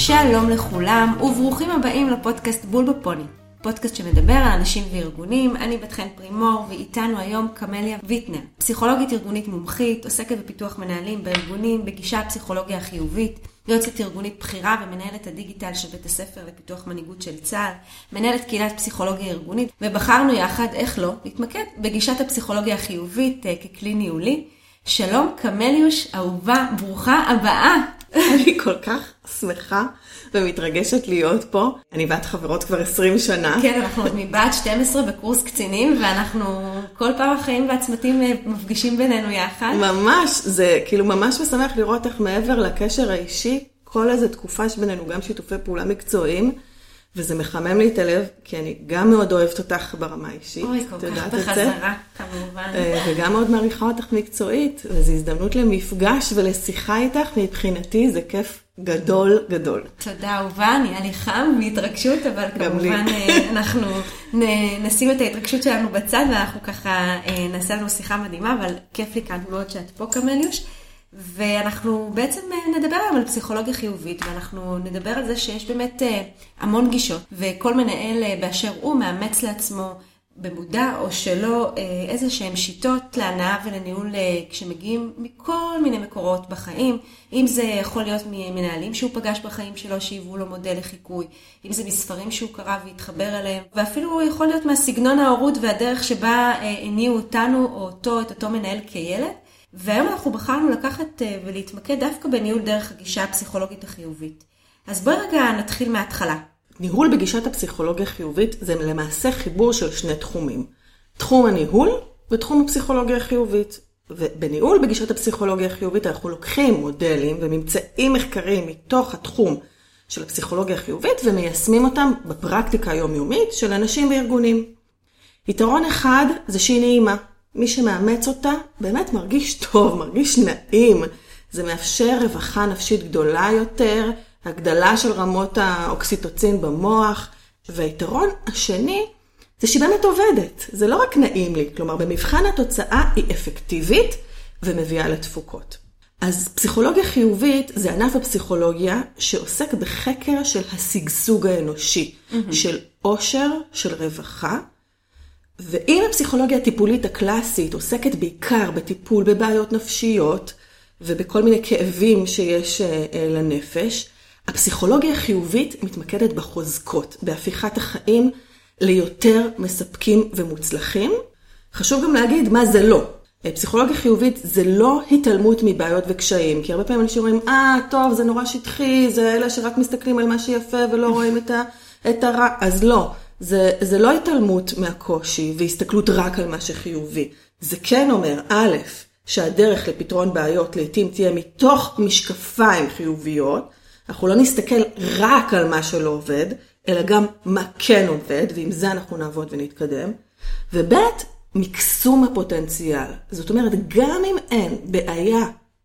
שלום לכולם וברוכים הבאים לפודקאסט בול בפוני, פודקאסט שמדבר על אנשים וארגונים. אני בת חן פרימור ואיתנו היום קמליה ויטנר, פסיכולוגית ארגונית מומחית, עוסקת בפיתוח מנהלים בארגונים בגישה הפסיכולוגיה החיובית, יועצת ארגונית בחירה ומנהלת הדיגיטל של בית הספר לפיתוח מנהיגות של צה"ל, מנהלת קהילת פסיכולוגיה ארגונית, ובחרנו יחד, איך לא, להתמקד בגישת הפסיכולוגיה החיובית ככלי ניהולי. שלום קמליוש, אהובה, ברוכה הבאה. אני כל כך שמחה ומתרגשת להיות פה. אני ואת חברות כבר 20 שנה. כן, אנחנו עוד מבת 12 בקורס קצינים, ואנחנו כל פעם החיים והצמתים מפגישים בינינו יחד. ממש, זה כאילו ממש משמח לראות איך מעבר לקשר האישי, כל איזו תקופה שבינינו גם שיתופי פעולה מקצועיים, וזה מחמם לי את הלב, כי אני גם מאוד אוהבת אותך ברמה האישית. אוי, כל כך בחזרה, כמובן. וגם מאוד מעריכה אותך מקצועית, וזו הזדמנות למפגש ולשיחה איתך, מבחינתי זה כיף גדול גדול. תודה אהובה, נהיה לי חם והתרגשות, אבל כמובן אנחנו נשים את ההתרגשות שלנו בצד, ואנחנו ככה נעשה לנו שיחה מדהימה, אבל כיף לי כאן מאוד שאת פה קמליוש. ואנחנו בעצם נדבר היום על פסיכולוגיה חיובית, ואנחנו נדבר על זה שיש באמת המון גישות, וכל מנהל באשר הוא מאמץ לעצמו במודע או שלא איזה שהם שיטות להנאה ולניהול כשמגיעים מכל מיני מקורות בחיים. אם זה יכול להיות ממנהלים שהוא פגש בחיים שלו שהיוו לו מודל לחיקוי, אם זה מספרים שהוא קרא והתחבר אליהם, ואפילו יכול להיות מהסגנון ההורות והדרך שבה הניעו אותנו או את אותו מנהל כילד. והיום אנחנו בחרנו לקחת ולהתמקד דווקא בניהול דרך הגישה הפסיכולוגית החיובית. אז בואי רגע נתחיל מההתחלה. ניהול בגישת הפסיכולוגיה החיובית זה למעשה חיבור של שני תחומים. תחום הניהול ותחום הפסיכולוגיה החיובית. ובניהול בגישת הפסיכולוגיה החיובית אנחנו לוקחים מודלים וממצאים מחקריים מתוך התחום של הפסיכולוגיה החיובית ומיישמים אותם בפרקטיקה היומיומית של אנשים וארגונים. יתרון אחד זה שהיא נעימה. מי שמאמץ אותה באמת מרגיש טוב, מרגיש נעים. זה מאפשר רווחה נפשית גדולה יותר, הגדלה של רמות האוקסיטוצין במוח, והיתרון השני זה שהיא באמת עובדת. זה לא רק נעים לי, כלומר במבחן התוצאה היא אפקטיבית ומביאה לתפוקות. אז פסיכולוגיה חיובית זה ענף הפסיכולוגיה שעוסק בחקר של השגשוג האנושי, של עושר, של רווחה, ואם הפסיכולוגיה הטיפולית הקלאסית עוסקת בעיקר בטיפול בבעיות נפשיות ובכל מיני כאבים שיש לנפש, הפסיכולוגיה החיובית מתמקדת בחוזקות, בהפיכת החיים ליותר מספקים ומוצלחים. חשוב גם להגיד מה זה לא. פסיכולוגיה חיובית זה לא התעלמות מבעיות וקשיים, כי הרבה פעמים אנשים אומרים, טוב, זה נורא שטחי, זה אלה שרק מסתכלים על מה שיפה ולא רואים את הרע, אז לא. זה לא התעלמות מהקושי והסתכלות רק על מה שחיובי. זה כן אומר, א', שהדרך לפתרון בעיות לעתים תהיה מתוך משקפיים חיוביות. אנחנו לא נסתכל רק על מה שלא עובד, אלא גם מה כן עובד, ועם זה אנחנו נעבוד ונתקדם. וב', מקסום הפוטנציאל. זאת אומרת, גם אם אין בעיה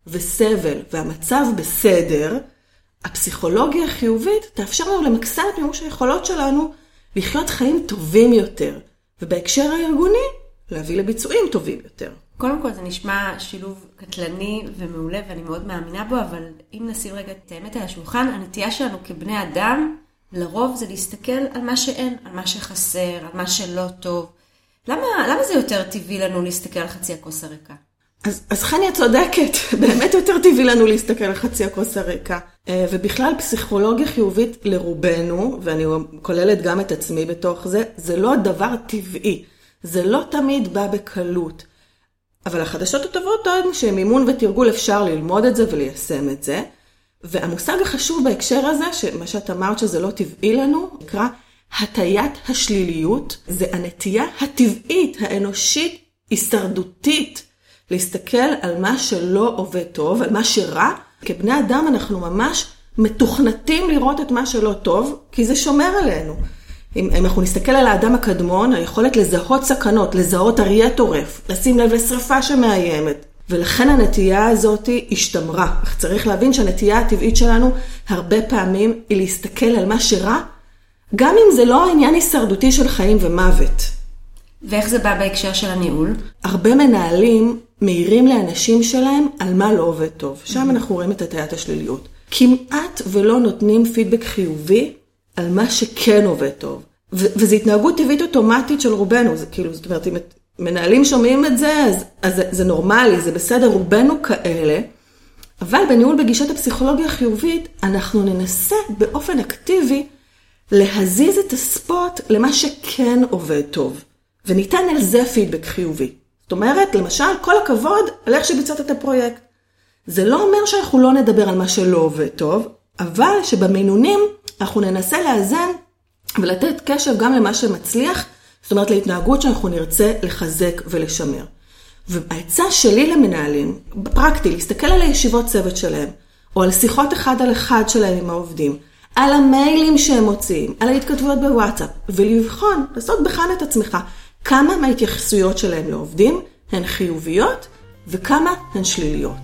וסבל והמצב בסדר, הפסיכולוגיה החיובית תאפשר לנו למקסם את מימוש היכולות שלנו לחיות חיים טובים יותר, ובהקשר הארגוני, להביא לביצועים טובים יותר. קודם כל זה נשמע שילוב קטלני ומעולה, ואני מאוד מאמינה בו, אבל אם נשים רגע את האמת על השולחן, הנטייה שלנו כבני אדם, לרוב זה להסתכל על מה שאין, על מה שחסר, על מה שלא טוב. למה זה יותר טבעי לנו להסתכל על חצי הכוס הריקה? אז חני, את צודקת, באמת יותר טבעי לנו להסתכל על חצי הכוס הריקה. ובכלל פסיכולוגיה חיובית לרובנו, ואני כוללת גם את עצמי בתוך זה, זה לא דבר טבעי. זה לא תמיד בא בקלות. אבל החדשות הטובות הן שמימון ותרגול אפשר ללמוד את זה וליישם את זה. והמושג החשוב בהקשר הזה, מה שאת אמרת שזה לא טבעי לנו, נקרא הטיית השליליות. זה הנטייה הטבעית, האנושית, הישרדותית, להסתכל על מה שלא עובד טוב, על מה שרע. כבני אדם אנחנו ממש מתוכנתים לראות את מה שלא טוב, כי זה שומר עלינו. אם אנחנו נסתכל על האדם הקדמון, היכולת לזהות סכנות, לזהות אריה טורף, לשים לב לשרפה שמאיימת. ולכן הנטייה הזאת השתמרה. אך צריך להבין שהנטייה הטבעית שלנו הרבה פעמים היא להסתכל על מה שרע, גם אם זה לא העניין הישרדותי של חיים ומוות. ואיך זה בא בהקשר של הניהול? הרבה מנהלים מעירים לאנשים שלהם על מה לא עובד טוב. שם אנחנו רואים את הטיית השליליות. כמעט ולא נותנים פידבק חיובי על מה שכן עובד טוב. וזו התנהגות טבעית אוטומטית של רובנו, זה כאילו, זאת אומרת, אם מנהלים שומעים את זה, אז זה נורמלי, זה בסדר, רובנו כאלה, אבל בניהול בגישת הפסיכולוגיה החיובית, אנחנו ננסה באופן אקטיבי להזיז את הספוט למה שכן עובד טוב, וניתן על זה פידבק חיובי. זאת אומרת, למשל, כל הכבוד על איך שביצעת את הפרויקט. זה לא אומר שאנחנו לא נדבר על מה שלא עובד טוב, אבל שבמינונים אנחנו ננסה לאזן ולתת קשב גם למה שמצליח, זאת אומרת להתנהגות שאנחנו נרצה לחזק ולשמר. והעצה שלי למנהלים, פרקטי, להסתכל על הישיבות צוות שלהם, או על שיחות אחד על אחד שלהם עם העובדים, על המיילים שהם מוציאים, על ההתכתבויות בוואטסאפ, ולבחון, לעשות בחן את עצמך, כמה מההתייחסויות שלהם לעובדים הן חיוביות, וכמה הן שליליות.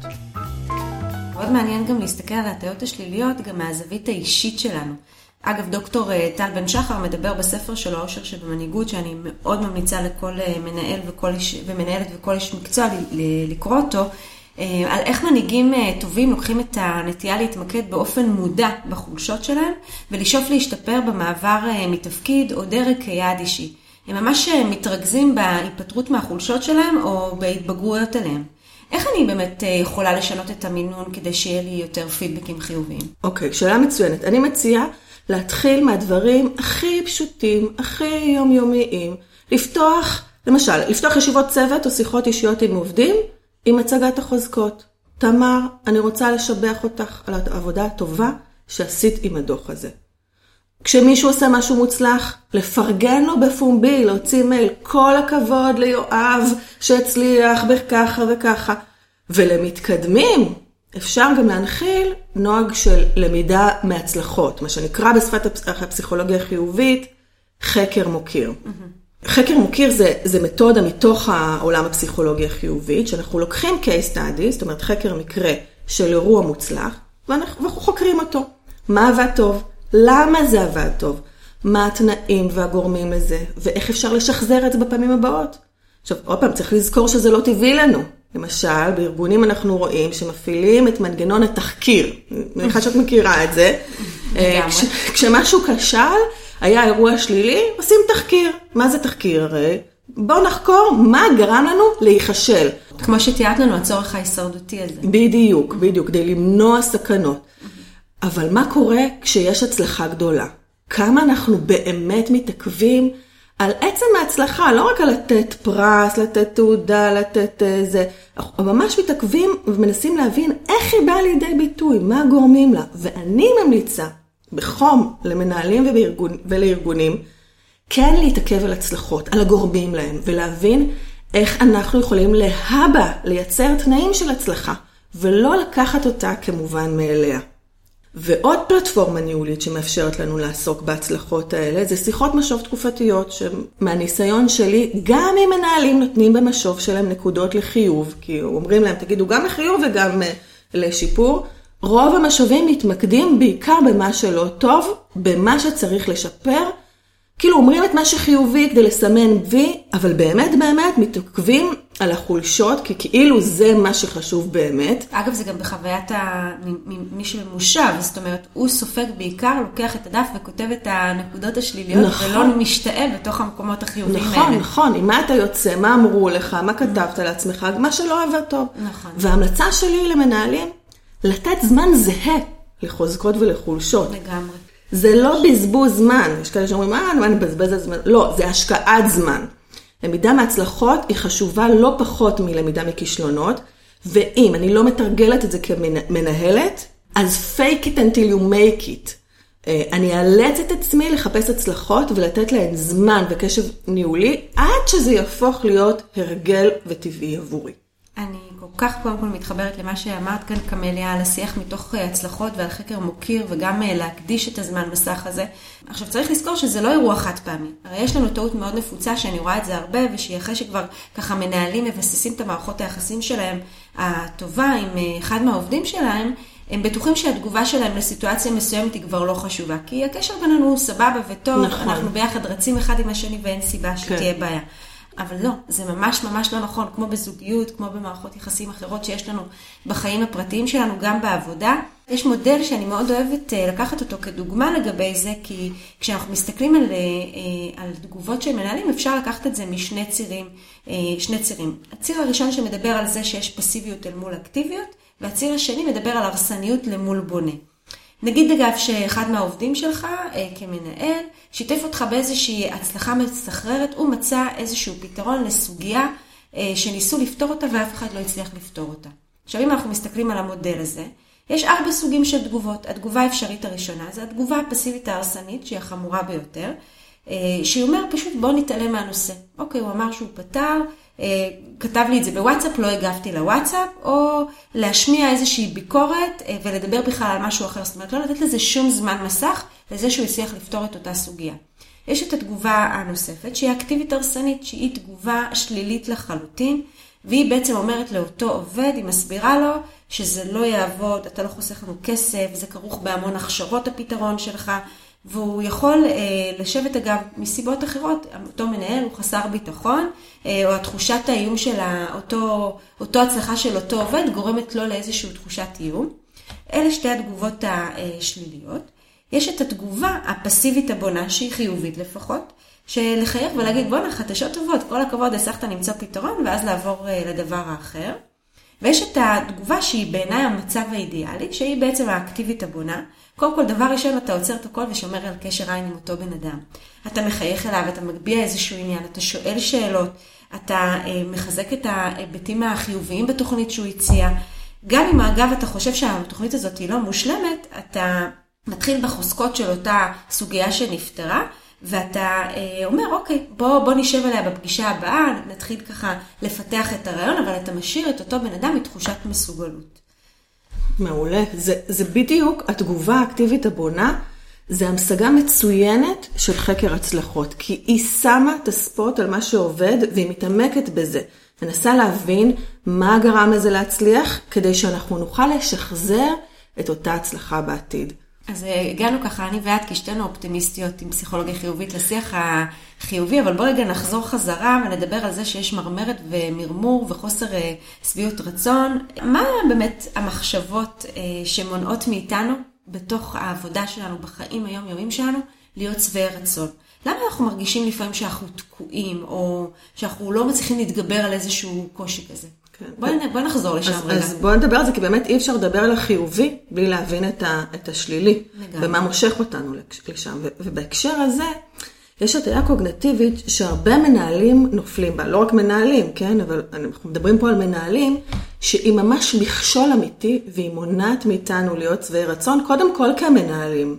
מאוד מעניין גם להסתכל על ההטיות השליליות, גם מהזווית האישית שלנו. אגב, דוקטור טל בן שחר מדבר בספר שלו, האושר שבמנהיגות, שאני מאוד ממליצה לכל מנהל ומנהלת וכל איש מקצוע לקרוא אותו, על איך מנהיגים טובים לוקחים את הנטייה להתמקד באופן מודע בחולשות שלהם, ולשאוף להשתפר במעבר מתפקיד או דרג כיעד אישי. הם ממש מתרכזים בהיפטרות מהחולשות שלהם או בהתבגרויות עליהם. איך אני באמת יכולה לשנות את המינון כדי שיהיה לי יותר פידבקים חיוביים? אוקיי, שאלה מצוינת. אני מציעה להתחיל מהדברים הכי פשוטים, הכי יומיומיים, לפתוח ישיבות צוות או שיחות אישיות עם עובדים, עם הצגת החוזקות. תמר, אני רוצה לשבח אותך על העבודה הטובה שעשית עם הדוח הזה. כשמישהו עושה משהו מוצלח, לפרגן לו בפומבי, להוציא מייל, כל הכבוד ליואב שהצליח בככה וככה. ולמתקדמים, אפשר גם להנחיל נוהג של למידה מהצלחות, מה שנקרא בשפת הפסיכולוגיה החיובית, חקר מוקיר. חקר מוקיר זה מתודה מתוך העולם הפסיכולוגיה החיובית, שאנחנו לוקחים case study, זאת אומרת חקר מקרה של אירוע מוצלח, ואנחנו חוקרים אותו. מה עבד טוב? למה זה עבד טוב? מה התנאים והגורמים לזה? ואיך אפשר לשחזר את זה בפעמים הבאות? עכשיו, עוד פעם, צריך לזכור שזה לא טבעי לנו. למשל, בארגונים אנחנו רואים שמפעילים את מנגנון התחקיר. אני מניחה שאת מכירה את זה. כשמשהו כשל, היה אירוע שלילי, עושים תחקיר. מה זה תחקיר הרי? בואו נחקור מה גרם לנו להיחשל. כמו שתיארת לנו הצורך ההישרדותי הזה. בדיוק, כדי למנוע סכנות. אבל מה קורה כשיש הצלחה גדולה? כמה אנחנו באמת מתעכבים על עצם ההצלחה, לא רק על לתת פרס, לתת תעודה, לתת זה. אנחנו ממש מתעכבים ומנסים להבין איך היא באה לידי ביטוי, מה גורמים לה. ואני ממליצה בחום למנהלים ולארגונים, כן להתעכב על הצלחות, על הגורמים להם, ולהבין איך אנחנו יכולים לייצר תנאים של הצלחה, ולא לקחת אותה כמובן מאליה. ועוד פלטפורמה ניהולית שמאפשרת לנו לעסוק בהצלחות האלה, זה שיחות משוב תקופתיות, שמהניסיון שלי, גם אם מנהלים נותנים במשוב שלהם נקודות לחיוב, כי אומרים להם, תגידו גם לחיוב וגם לשיפור, רוב המשובים מתמקדים בעיקר במה שלא טוב, במה שצריך לשפר, כאילו אומרים את מה שחיובי כדי לסמן וי, אבל באמת מתעכבים על החולשות, כי כאילו זה מה שחשוב באמת. אגב, זה גם בחוויית מי שממושב, זאת אומרת, הוא סופג בעיקר, לוקח את הדף וכותב את הנקודות השליליות, נכון. ולא משתעל בתוך המקומות החיוביים האלה. נכון, עם מה אתה יוצא, מה אמרו לך, מה כתבת לעצמך, מה שלא עבד טוב. נכון. וההמלצה שלי למנהלים, לתת זמן זהה לחוזקות ולחולשות. לגמרי. זה לא בזבוז זמן, יש כאלה שאומרים, אני מבזבז הזמן. לא, זה השקעת זמן. למידה מהצלחות היא חשובה לא פחות מלמידה מכישלונות, ואם אני לא מתרגלת את זה כמנהלת, אז fake it until you make it. אני אאלץ את עצמי לחפש הצלחות ולתת להן זמן וקשב ניהולי, עד שזה יהפוך להיות הרגל וטבעי עבורי. אני כל כך קודם כל מתחברת למה שאמרת כאן קמליה, על השיח מתוך הצלחות ועל חקר מוקיר, וגם להקדיש את הזמן בסך הזה. עכשיו צריך לזכור שזה לא אירוע חד פעמי. הרי יש לנו טעות מאוד נפוצה שאני רואה את זה הרבה, ושהיא אחרי שכבר ככה מנהלים מבססים את המערכות היחסים שלהם הטובה עם אחד מהעובדים שלהם, הם בטוחים שהתגובה שלהם לסיטואציה מסוימת היא כבר לא חשובה, כי הקשר בינינו הוא סבבה וטוב, נכון. אנחנו ביחד רצים אחד עם השני ואין סיבה שתהיה בעיה. אבל לא, זה ממש ממש לא נכון, כמו בזוגיות, כמו במערכות יחסים אחרות שיש לנו בחיים הפרטיים שלנו, גם בעבודה. יש מודל שאני מאוד אוהבת לקחת אותו כדוגמה לגבי זה, כי כשאנחנו מסתכלים על תגובות של מנהלים, אפשר לקחת את זה משני צירים. הציר הראשון שמדבר על זה שיש פסיביות אל מול אקטיביות, והציר השני מדבר על הרסניות למול בונה. נגיד אגב שאחד מהעובדים שלך כמנהל, שיתף אותך באיזושהי הצלחה מסחררת, הוא מצא איזשהו פתרון לסוגיה שניסו לפתור אותה ואף אחד לא הצליח לפתור אותה. עכשיו אם אנחנו מסתכלים על המודל הזה, יש 4 סוגים של תגובות. התגובה האפשרית הראשונה, זה התגובה הפסיבית ההרסנית, שהיא החמורה ביותר, שהיא אומר פשוט בוא נתעלם מהנושא. אוקיי, הוא אמר שהוא פתר, כתב לי את זה בוואטסאפ, לא הגבתי לוואטסאפ, או להשמיע איזושהי ביקורת ולדבר בכלל על משהו אחר. זאת אומרת, לא לתת לזה שום זמן מסך, לזה שהוא הצליח לפתור את אותה סוגיה. יש את התגובה הנוספת, שהיא אקטיבית הרסנית, שהיא תגובה שלילית לחלוטין, והיא בעצם אומרת לאותו עובד, היא מסבירה לו שזה לא יעבוד, אתה לא חוסך לנו כסף, זה כרוך בהמון הכשרות הפתרון שלך, והוא יכול לשבת אגב מסיבות אחרות, אותו מנהל הוא חסר ביטחון, או התחושת האיום של אותו הצלחה של אותו עובד גורמת לו לאיזושהי תחושת איום. אלה שתי התגובות השליליות. יש את התגובה הפסיבית הבונה, שהיא חיובית לפחות, שלחייך ולהגיד בוא חדשות טובות, כל הכבוד, הצלחת למצוא פתרון, ואז לעבור לדבר האחר. ויש את התגובה שהיא בעיניי המצב האידיאלי, שהיא בעצם האקטיבית הבונה. קודם כל, דבר ראשון, אתה עוצר את הכל ושומר על קשר עין עם אותו בן אדם. אתה מחייך אליו, אתה מגביע איזשהו עניין, אתה שואל שאלות, אתה מחזק את ההיבטים החיוביים בתוכנית שהוא הציע. גם אם אגב אתה חושב שהתוכנית הזאת היא לא מושלמת, אתה מתחיל בחוזקות של אותה סוגיה שנפתרה, ואתה אומר, אוקיי, בוא נשב עליה בפגישה הבאה, נתחיל ככה לפתח את הרעיון, אבל אתה משאיר את אותו בן אדם מתחושת מסוגלות. מעולה. זה בדיוק התגובה האקטיבית הבונה, זה המשגה מצוינת של חקר הצלחות, כי היא שמה את הספוט על מה שעובד, והיא מתעמקת בזה. מנסה להבין מה גרם לזה להצליח, כדי שאנחנו נוכל לשחזר את אותה הצלחה בעתיד. אז הגענו ככה, אני ואת, כי שתינו אופטימיסטיות עם פסיכולוגיה חיובית לשיח החיובי, אבל בוא רגע נחזור חזרה ונדבר על זה שיש מרמרת ומרמור וחוסר שביעות רצון. מה באמת המחשבות שמונעות מאיתנו בתוך העבודה שלנו, בחיים היומיומיים שלנו, להיות שבעי רצון? למה אנחנו מרגישים לפעמים שאנחנו תקועים, או שאנחנו לא מצליחים להתגבר על איזשהו קושי כזה? בוא נחזור לשם רגע. אז בוא נדבר על זה, כי באמת אי אפשר לדבר על החיובי, בלי להבין את השלילי, ומה מושך אותנו לשם. ובהקשר הזה, יש הטיה קוגניטיבית שהרבה מנהלים נופלים בה, לא רק מנהלים, כן? אבל אנחנו מדברים פה על מנהלים, שהיא ממש מכשול אמיתי, והיא מונעת מאיתנו להיות שבעי רצון, קודם כל כמנהלים.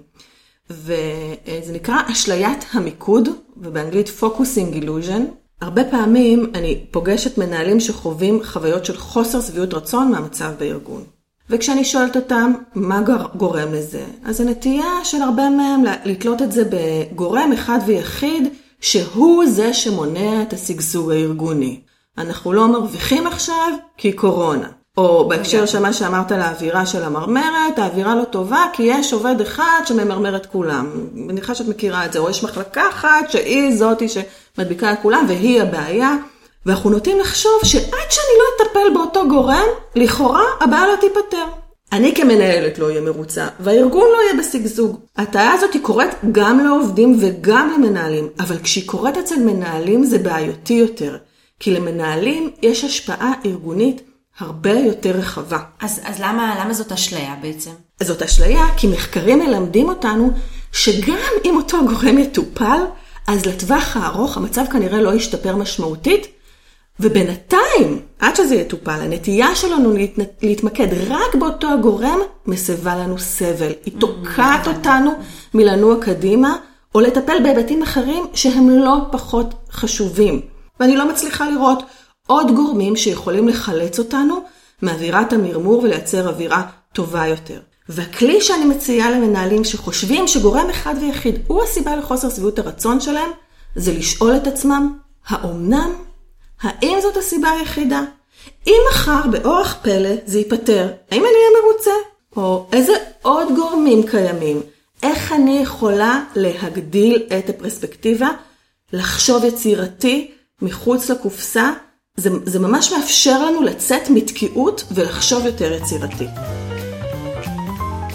וזה נקרא אשליית המיקוד, ובאנגלית focusing illusion. הרבה פעמים אני פוגשת מנהלים שחווים חוויות של חוסר שביעות רצון מהמצב בארגון. וכשאני שואלת אותם מה גורם לזה, אז הנטייה של הרבה מהם לתלות את זה בגורם אחד ויחיד, שהוא זה שמונע את השגשוג הארגוני. אנחנו לא מרוויחים עכשיו כי קורונה. או בהקשר של מה שאמרת לאווירה של המרמרת, האווירה לא טובה כי יש עובד אחד שממרמר את כולם. אני חושבת שאת מכירה את זה, או יש מחלקה אחת שהיא זאתי שמדביקה את כולם והיא הבעיה. ואנחנו נוטים לחשוב שעד שאני לא אטפל באותו גורם, לכאורה הבעיה לא תיפטר. אני כמנהלת לא אהיה מרוצה, והארגון לא יהיה בשגשוג. ההטעיה הזאת היא קורית גם לעובדים וגם למנהלים, אבל כשהיא קורית אצל מנהלים זה בעייתי יותר. כי למנהלים יש השפעה ארגונית הרבה יותר רחבה. אז למה זאת אשליה בעצם? זאת אשליה כי מחקרים מלמדים אותנו שגם אם אותו גורם יטופל, אז לטווח הארוך המצב כנראה לא ישתפר משמעותית, ובינתיים, עד שזה יטופל, הנטייה שלנו להתמקד רק באותו הגורם מסבה לנו סבל. היא תוקעת אותנו מלנוע קדימה, או לטפל בהיבטים אחרים שהם לא פחות חשובים. ואני לא מצליחה לראות עוד גורמים שיכולים לחלץ אותנו מאווירת המרמור ולייצר אווירה טובה יותר. והכלי שאני מציעה למנהלים שחושבים שגורם אחד ויחיד הוא הסיבה לחוסר שביעות הרצון שלהם, זה לשאול את עצמם, האומנם? האם זאת הסיבה היחידה? אם מחר באורח פלא זה ייפטר, האם אני אהיה מרוצה? או איזה עוד גורמים קיימים? איך אני יכולה להגדיל את הפרספקטיבה, לחשוב יצירתי מחוץ לקופסה? זה ממש מאפשר לנו לצאת מתקיעות ולחשוב יותר יצירתי.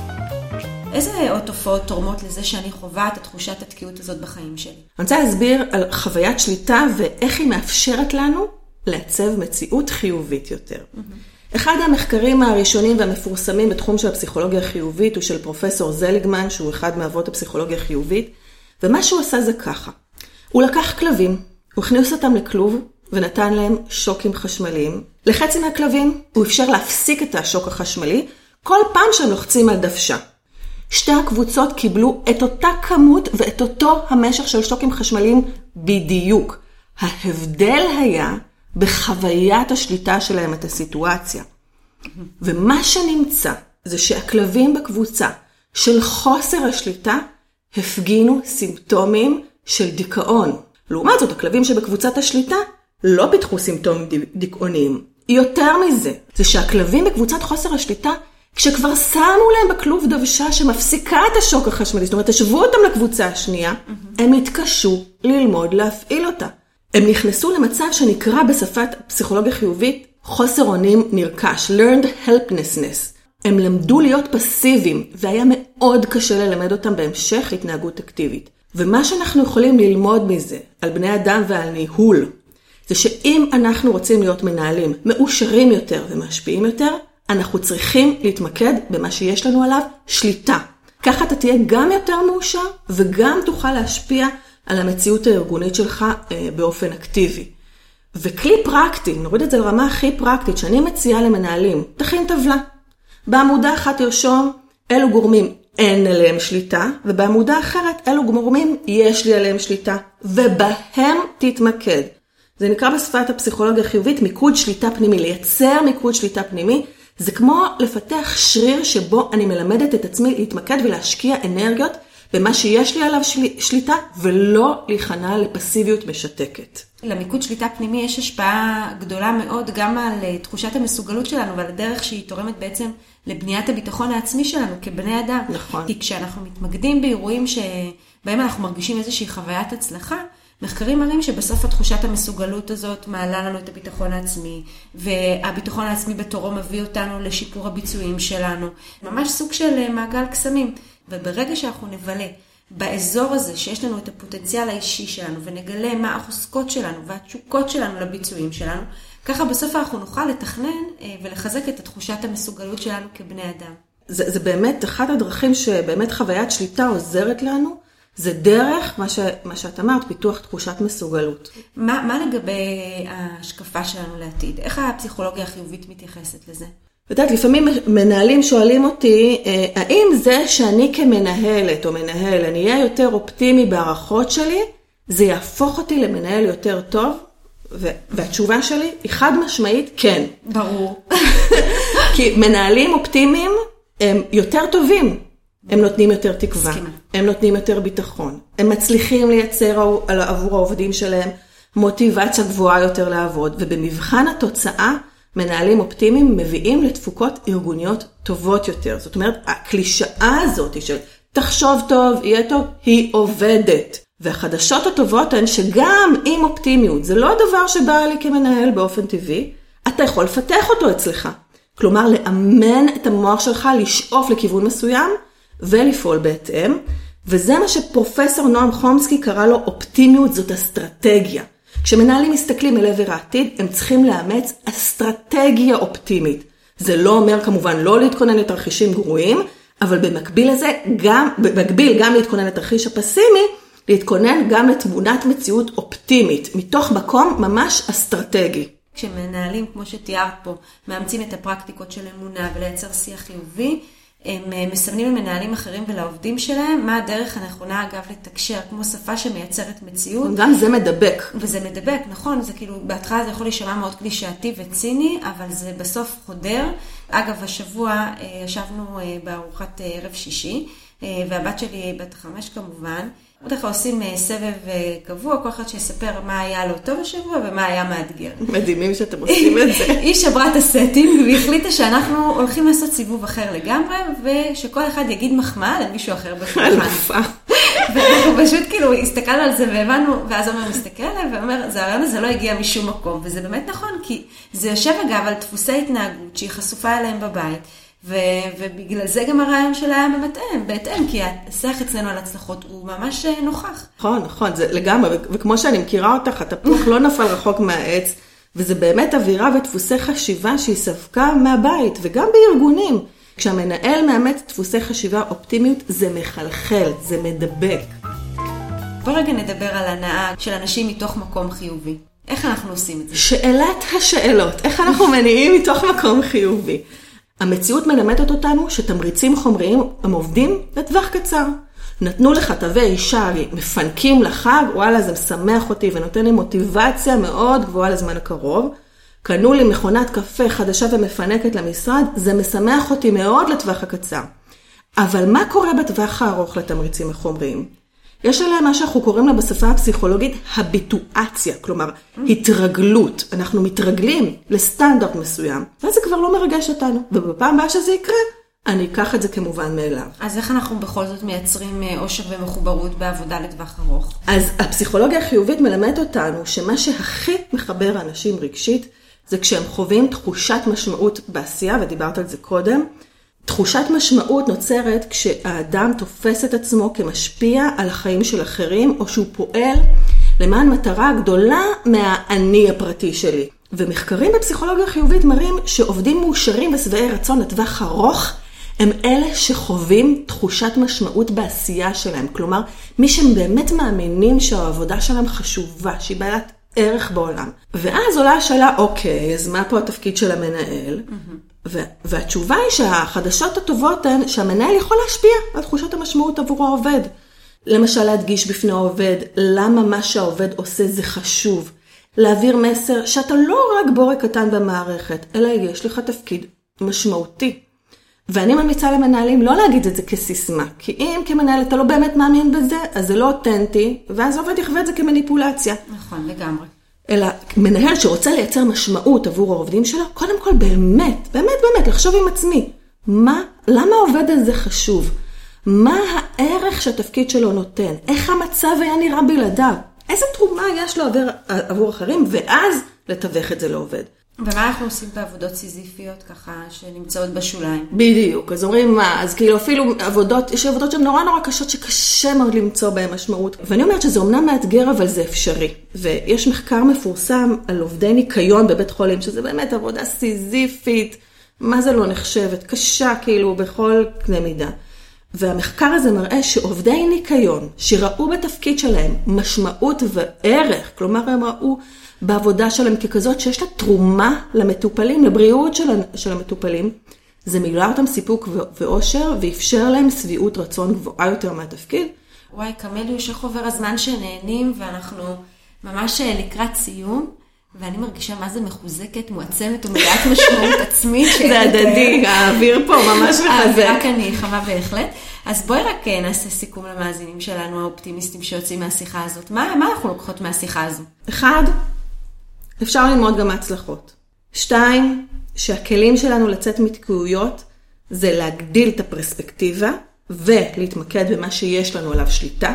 איזה עוד תופעות תורמות לזה שאני חווה את התחושת התקיעות הזאת בחיים שלי? אני רוצה להסביר על חוויית שליטה ואיך היא מאפשרת לנו לעצב מציאות חיובית יותר. אחד המחקרים הראשונים והמפורסמים בתחום של הפסיכולוגיה החיובית הוא של פרופסור זליגמן, שהוא אחד מאבות הפסיכולוגיה החיובית, ומה שהוא עשה זה ככה. הוא לקח כלבים, הוא הכניס אותם לכלוב ונתן להם שוקים חשמליים. לחצי מהכלבים הוא אפשר להפסיק את השוק החשמלי כל פעם שהם לוחצים על דוושה. שתי הקבוצות קיבלו את אותה כמות ואת אותו המשך של שוקים חשמליים בדיוק. ההבדל היה בחוויית השליטה שלהם את הסיטואציה. ומה שנמצא זה שהכלבים בקבוצה של חוסר השליטה הפגינו סימפטומים של דיכאון. לעומת זאת, הכלבים שבקבוצת השליטה לא פיתחו סימפטומים דיכאוניים. יותר מזה, זה שהכלבים בקבוצת חוסר השליטה, כשכבר שמו להם בכלוב דוושה שמפסיקה את השוק החשמלי, זאת אומרת, תשוו אותם לקבוצה השנייה, הם התקשו ללמוד להפעיל אותה. הם נכנסו למצב שנקרא בשפת פסיכולוגיה חיובית חוסר אונים נרכש, learned helplessness. הם למדו להיות פסיביים, והיה מאוד קשה ללמד אותם בהמשך התנהגות אקטיבית. ומה שאנחנו יכולים ללמוד מזה, על בני אדם ועל ניהול, זה שאם אנחנו רוצים להיות מנהלים מאושרים יותר ומשפיעים יותר, אנחנו צריכים להתמקד במה שיש לנו עליו שליטה. ככה אתה תהיה גם יותר מאושר, וגם תוכל להשפיע על המציאות הארגונית שלך באופן אקטיבי. וכלי פרקטי, נוריד את זה לרמה הכי פרקטית, שאני מציעה למנהלים, תכין טבלה. בעמודה אחת תרשום, אלו גורמים אין עליהם שליטה, ובעמודה אחרת, אלו גורמים יש לי עליהם שליטה, ובהם תתמקד. זה נקרא בשפת הפסיכולוגיה החיובית מיקוד שליטה פנימי, לייצר מיקוד שליטה פנימי, זה כמו לפתח שריר שבו אני מלמדת את עצמי להתמקד ולהשקיע אנרגיות במה שיש לי עליו שליטה, ולא להיכנע לפסיביות משתקת. למיקוד שליטה פנימי יש השפעה גדולה מאוד גם על תחושת המסוגלות שלנו, ועל הדרך שהיא תורמת בעצם לבניית הביטחון העצמי שלנו כבני אדם. נכון. כי כשאנחנו מתמקדים באירועים שבהם אנחנו מרגישים איזושהי חוויית הצלחה, מחקרים מראים שבסוף התחושת המסוגלות הזאת מעלה לנו את הביטחון העצמי, והביטחון העצמי בתורו מביא אותנו לשיפור הביצועים שלנו. ממש סוג של מעגל קסמים. וברגע שאנחנו נבלה באזור הזה שיש לנו את הפוטנציאל האישי שלנו, ונגלה מה החוזקות שלנו והתשוקות שלנו לביצועים שלנו, ככה בסוף אנחנו נוכל לתכנן ולחזק את תחושת המסוגלות שלנו כבני אדם. זה באמת אחד הדרכים שבאמת חוויית שליטה עוזרת לנו, זה דרך, מה שאת אמרת, פיתוח תחושת מסוגלות. מה לגבי ההשקפה שלנו לעתיד? איך הפסיכולוגיה החיובית מתייחסת לזה? יודעת, לפעמים מנהלים שואלים אותי, האם זה שאני כמנהלת או מנהל, אני אהיה יותר אופטימי בערכות שלי, זה יהפוך אותי למנהל יותר טוב? והתשובה שלי היא חד משמעית, כן. ברור. כי מנהלים אופטימיים הם יותר טובים. הם נותנים יותר תקווה, הם נותנים יותר ביטחון, הם מצליחים לייצר עבור העובדים שלהם מוטיבציה גבוהה יותר לעבוד, ובמבחן התוצאה מנהלים אופטימיים מביאים לתפוקות ארגוניות טובות יותר. זאת אומרת, הקלישאה הזאת של תחשוב טוב, יהיה טוב, היא עובדת. והחדשות הטובות הן שגם עם אופטימיות, זה לא דבר שבא לי כמנהל באופן טבעי, אתה יכול לפתח אותו אצלך. כלומר, לאמן את המוח שלך לשאוף לכיוון מסוים, ולפעול בהתאם, וזה מה שפרופסור נועם חומסקי קרא לו אופטימיות, זאת אסטרטגיה. כשמנהלים מסתכלים אל עבר העתיד, הם צריכים לאמץ אסטרטגיה אופטימית. זה לא אומר כמובן לא להתכונן לתרחישים גרועים, אבל במקביל גם להתכונן לתרחיש הפסימי, להתכונן גם לתמונת מציאות אופטימית, מתוך מקום ממש אסטרטגי. כשמנהלים, כמו שתיארת פה, מאמצים את הפרקטיקות של אמונה ולייצר שיח חיובי, הם מסמנים למנהלים אחרים ולעובדים שלהם מה הדרך הנכונה אגב לתקשר, כמו שפה שמייצרת מציאות. גם זה מדבק. וזה מדבק, נכון, זה כאילו, בהתחלה זה יכול להישמע מאוד קלישאתי וציני, אבל זה בסוף חודר. אגב, השבוע ישבנו בארוחת ערב שישי, והבת שלי בת 5 כמובן, בדרך כלל עושים סבב קבוע, כל אחד שיספר מה היה לו טוב השבוע ומה היה מאתגר. מדהימים שאתם עושים את זה. היא שברה את הסטינג והחליטה שאנחנו הולכים לעשות סיבוב אחר לגמרי, ושכל אחד יגיד מחמאה למישהו אחר בשולחן. ואנחנו פשוט כאילו הסתכלנו על זה והבנו, ואז אומר מסתכל עליו ואומר, הרעיון הזה לא הגיע משום מקום, וזה באמת נכון, כי זה יושב אגב על דפוסי התנהגות שהיא חשופה אליהם בבית, ובגלל זה גם הרעיון שלה היה בהתאם, כי השיח אצלנו על הצלחות הוא ממש נוכח. נכון, זה לגמרי, וכמו שאני מכירה אותך, התפוח לא נפל רחוק מהעץ, וזה באמת אווירה ודפוסי חשיבה שהיא ספקה מהבית, וגם בארגונים. כשהמנהל מאמץ דפוסי חשיבה אופטימיות, זה מחלחל, זה מדבק. בוא רגע נדבר על הנאה של אנשים מתוך מקום חיובי. איך אנחנו עושים את זה? שאלת השאלות, איך אנחנו מניעים מתוך מקום חיובי? המציאות מלמדת אותנו שתמריצים חומריים הם עובדים לטווח קצר. נתנו לך תווי אישה, מפנקים לחג, וואלה זה משמח אותי ונותן לי מוטיבציה מאוד גבוהה לזמן הקרוב. קנו לי מכונת קפה חדשה ומפנקת למשרד, זה משמח אותי מאוד לטווח הקצר. אבל מה קורה בטווח הארוך לתמריצים החומריים? יש עליהם מה שאנחנו קוראים לה בשפה הפסיכולוגית הביטואציה, כלומר התרגלות. אנחנו מתרגלים לסטנדרט מסוים, ואז זה כבר לא מרגש אותנו. ובפעם הבאה שזה יקרה, אני אקח את זה כמובן מאליו. אז איך אנחנו בכל זאת מייצרים אושר ומחוברות בעבודה לטווח ארוך? אז הפסיכולוגיה החיובית מלמדת אותנו שמה שהכי מחבר אנשים רגשית, זה כשהם חווים תחושת משמעות בעשייה, ודיברת על זה קודם. תחושת משמעות נוצרת כשהאדם תופס את עצמו כמשפיע על החיים של אחרים, או שהוא פועל למען מטרה גדולה מהאני הפרטי שלי. ומחקרים בפסיכולוגיה חיובית מראים שעובדים מאושרים ושבעי רצון לטווח ארוך, הם אלה שחווים תחושת משמעות בעשייה שלהם. כלומר, מי שהם באמת מאמינים שהעבודה שלהם חשובה, שהיא בעלת ערך בעולם. ואז עולה השאלה, אוקיי, אז מה פה התפקיד של המנהל? והתשובה היא שהחדשות הטובות הן שהמנהל יכול להשפיע על תחושת המשמעות עבור העובד. למשל, להדגיש בפני העובד למה מה שהעובד עושה זה חשוב. להעביר מסר שאתה לא רק בורק קטן במערכת, אלא יש לך תפקיד משמעותי. ואני ממליצה למנהלים לא להגיד את זה כסיסמה, כי אם כמנהל אתה לא באמת מאמין בזה, אז זה לא אותנטי, ואז העובד יחווה את זה כמניפולציה. נכון, לגמרי. אלא מנהל שרוצה לייצר משמעות עבור העובדים שלו, קודם כל באמת לחשוב עם עצמי, למה העובד הזה חשוב? מה הערך שהתפקיד שלו נותן? איך המצב היה נראה בלעדיו? איזה תרומה יש לו עבור אחרים? ואז לתווך את זה לעובד. ומה אנחנו עושים בעבודות סיזיפיות ככה שנמצאות בשוליים? בדיוק, אז אומרים מה, אז כאילו אפילו יש עבודות שהן נורא קשות שקשה מאוד למצוא בהן משמעות. ואני אומרת שזה אומנם מאתגר אבל זה אפשרי. ויש מחקר מפורסם על עובדי ניקיון בבית חולים, שזה באמת עבודה סיזיפית, מה זה לא נחשבת, קשה כאילו בכל קנה מידה. והמחקר הזה מראה שעובדי ניקיון שראו בתפקיד שלהם משמעות וערך, כלומר הם ראו בעבודה שלהם ככזאת שיש לה תרומה למטופלים, לבריאות של המטופלים, זה מילא אותם סיפוק ואושר, ואפשר להם שביעות רצון גבוהה יותר מהתפקיד. וואי, קמליוש, איך עובר הזמן שנהנים, ואנחנו ממש לקראת סיום, ואני מרגישה מה זה מחוזקת, מועצמת ומלאת משמעות עצמית. זה הדדי, האוויר פה ממש מחזק. האווירה כאן היא חמה בהחלט. אז בואי רק נעשה סיכום למאזינים שלנו, האופטימיסטים שיוצאים מהשיחה הזאת. מה אנחנו לוקחות מהשיחה הזו? 1, אפשר ללמוד גם מהצלחות. 2, שהכלים שלנו לצאת מתקעויות, זה להגדיל את הפרספקטיבה, ולהתמקד במה שיש לנו עליו שליטה.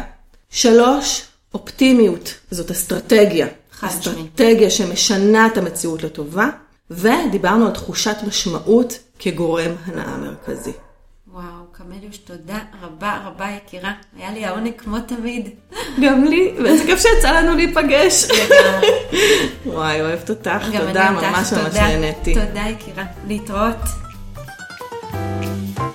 3, אופטימיות, זאת אסטרטגיה. אסטרטגיה שמשנה את המציאות לטובה, ודיברנו על תחושת משמעות כגורם הנאה מרכזי. וואו, קמליוש, תודה רבה יקירה. היה לי העונג כמו תמיד. גם לי, ואיזה כיף שיצא לנו להיפגש. וואי, אוהבת אותך. תודה, ממש נהניתי. תודה יקירה. להתראות.